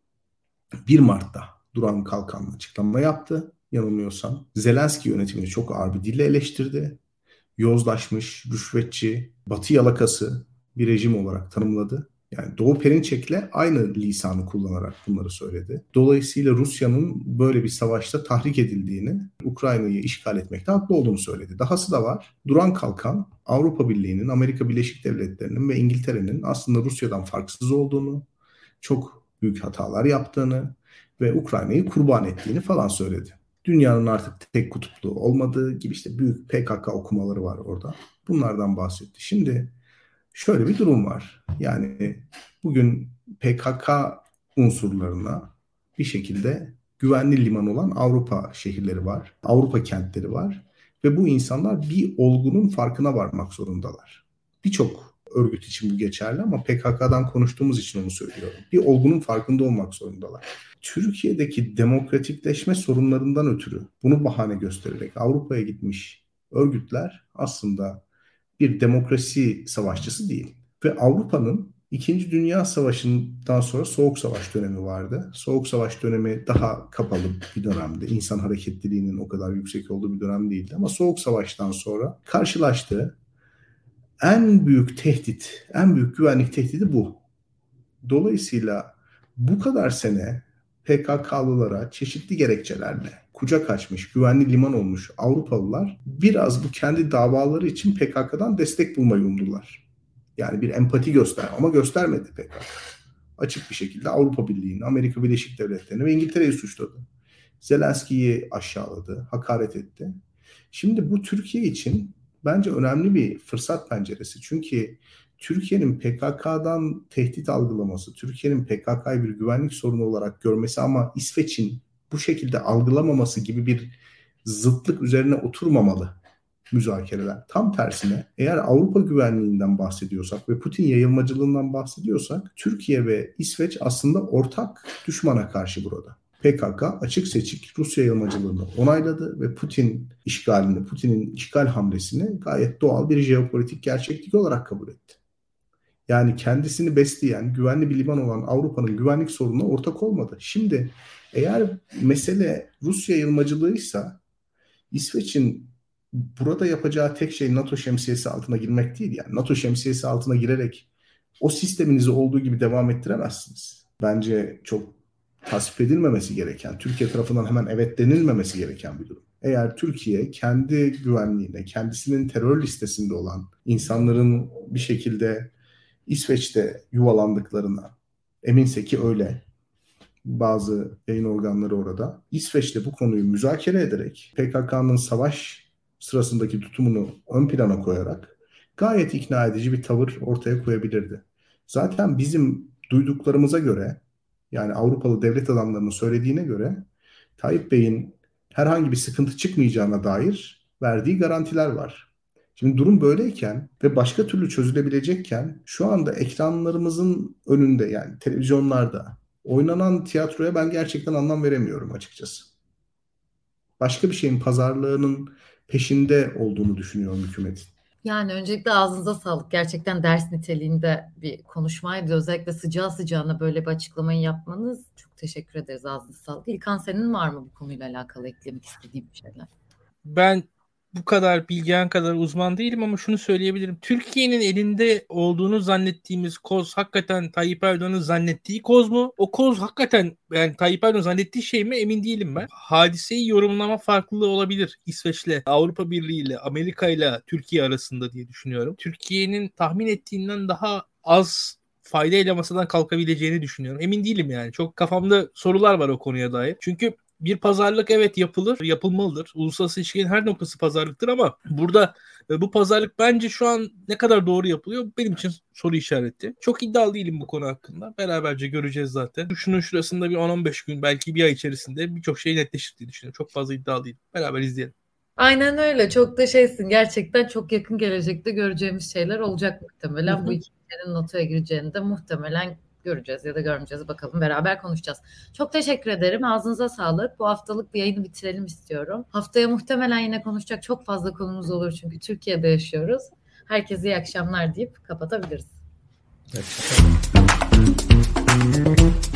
1 Mart'ta Duran Kalkan'la açıklama yaptı yanılmıyorsam. Zelenski yönetimini çok ağır bir dille eleştirdi. Yozlaşmış, rüşvetçi, Batı yalakası bir rejim olarak tanımladı. Yani Doğu Perinçek'le aynı lisanı kullanarak bunları söyledi. Dolayısıyla Rusya'nın böyle bir savaşta tahrik edildiğini, Ukrayna'yı işgal etmekte haklı olduğunu söyledi. Dahası da var. Duran Kalkan, Avrupa Birliği'nin, Amerika Birleşik Devletleri'nin ve İngiltere'nin aslında Rusya'dan farksız olduğunu, çok büyük hatalar yaptığını ve Ukrayna'yı kurban ettiğini falan söyledi. Dünyanın artık tek kutuplu olmadığı gibi işte büyük PKK okumaları var orada. Bunlardan bahsetti. Şimdi şöyle bir durum var. Yani bugün PKK unsurlarına bir şekilde güvenli liman olan Avrupa şehirleri var. Avrupa kentleri var. Ve bu insanlar bir olgunun farkına varmak zorundalar. Birçok örgüt için bu geçerli ama PKK'dan konuştuğumuz için onu söylüyorum. Bir olgunun farkında olmak zorundalar. Türkiye'deki demokratikleşme sorunlarından ötürü bunu bahane göstererek Avrupa'ya gitmiş örgütler aslında bir demokrasi savaşçısı değil. Ve Avrupa'nın İkinci Dünya Savaşı'ndan sonra Soğuk Savaş dönemi vardı. Soğuk Savaş dönemi daha kapalı bir dönemdi. İnsan hareketliliğinin o kadar yüksek olduğu bir dönem değildi. Ama Soğuk Savaş'tan sonra karşılaştığı en büyük tehdit, en büyük güvenlik tehdidi bu. Dolayısıyla bu kadar sene PKK'lılara çeşitli gerekçelerle kucak açmış, güvenli liman olmuş Avrupalılar biraz bu kendi davaları için PKK'dan destek bulmayı umdular. Yani bir empati ama göstermedi PKK. Açık bir şekilde Avrupa Birliği'ni, Amerika Birleşik Devletleri'ni ve İngiltere'yi suçladı. Zelenski'yi aşağıladı, hakaret etti. Şimdi bu Türkiye için bence önemli bir fırsat penceresi. Çünkü Türkiye'nin PKK'dan tehdit algılaması, Türkiye'nin PKK'yı bir güvenlik sorunu olarak görmesi ama İsveç'in bu şekilde algılamaması gibi bir zıtlık üzerine oturmamalı müzakereler. Tam tersine eğer Avrupa güvenliğinden bahsediyorsak ve Putin yayılmacılığından bahsediyorsak Türkiye ve İsveç aslında ortak düşmana karşı burada. PKK açık seçik Rusya yayılmacılığını onayladı ve Putin'in işgal hamlesini gayet doğal bir jeopolitik gerçeklik olarak kabul etti. Yani kendisini besleyen, güvenli bir liman olan Avrupa'nın güvenlik sorununa ortak olmadı. Şimdi eğer mesele Rusya yayılmacılığıysa İsveç'in burada yapacağı tek şey NATO şemsiyesi altına girmek değil. Yani NATO şemsiyesi altına girerek o sisteminizi olduğu gibi devam ettiremezsiniz. Bence çok tasvip edilmemesi gereken, Türkiye tarafından hemen evet denilmemesi gereken bir durum. Eğer Türkiye kendi güvenliğine, kendisinin terör listesinde olan insanların bir şekilde İsveç'te yuvalandıklarına eminse ki öyle, bazı yayın organları orada, İsveç'te bu konuyu müzakere ederek PKK'nın savaş sırasındaki tutumunu ön plana koyarak gayet ikna edici bir tavır ortaya koyabilirdi. Zaten bizim duyduklarımıza göre, yani Avrupalı devlet adamlarının söylediğine göre Tayyip Bey'in herhangi bir sıkıntı çıkmayacağına dair verdiği garantiler var. Şimdi durum böyleyken ve başka türlü çözülebilecekken şu anda ekranlarımızın önünde, yani televizyonlarda oynanan tiyatroya ben gerçekten anlam veremiyorum açıkçası. Başka bir şeyin pazarlığının peşinde olduğunu düşünüyorum hükümetin. Yani öncelikle ağzınıza sağlık. Gerçekten ders niteliğinde bir konuşmaydı. Özellikle sıcağı sıcağına böyle bir açıklamayı yapmanız çok teşekkür ederiz. Ağzınıza sağlık. İlkan, senin var mı bu konuyla alakalı eklemek istediğin bir şeyler? Ben bu kadar bilgehan kadar uzman değilim ama şunu söyleyebilirim. Türkiye'nin elinde olduğunu zannettiğimiz koz hakikaten Tayyip Erdoğan'ın zannettiği koz mu? O koz hakikaten yani Tayyip Erdoğan zannettiği şey mi? Emin değilim ben. Hadiseyi yorumlama farklılığı olabilir İsveç'le, Avrupa Birliği'yle, Amerika'yla Türkiye arasında diye düşünüyorum. Türkiye'nin tahmin ettiğinden daha az faydayla masadan kalkabileceğini düşünüyorum. Emin değilim yani. Çok kafamda sorular var o konuya dair. Çünkü bir pazarlık evet yapılır, yapılmalıdır. Uluslararası ilişkilerin her noktası pazarlıktır ama burada bu pazarlık bence şu an ne kadar doğru yapılıyor benim için soru işareti. Çok iddialı değilim bu konu hakkında. Beraberce göreceğiz zaten. Şunun şurasında bir 10-15 gün belki bir ay içerisinde birçok şey netleşir diye düşünüyorum. Çok fazla iddialı değilim. Beraber izleyelim. Aynen öyle. Çok da şeysin. Gerçekten çok yakın gelecekte göreceğimiz şeyler olacak muhtemelen. Bu iki ülkenin NATO'ya gireceğini de muhtemelen göreceğiz ya da görmeyeceğiz. Bakalım, beraber konuşacağız. Çok teşekkür ederim. Ağzınıza sağlık. Bu haftalık bir yayını bitirelim istiyorum. Haftaya muhtemelen yine konuşacak çok fazla konumuz olur çünkü Türkiye'de yaşıyoruz. Herkese iyi akşamlar deyip kapatabiliriz. Evet.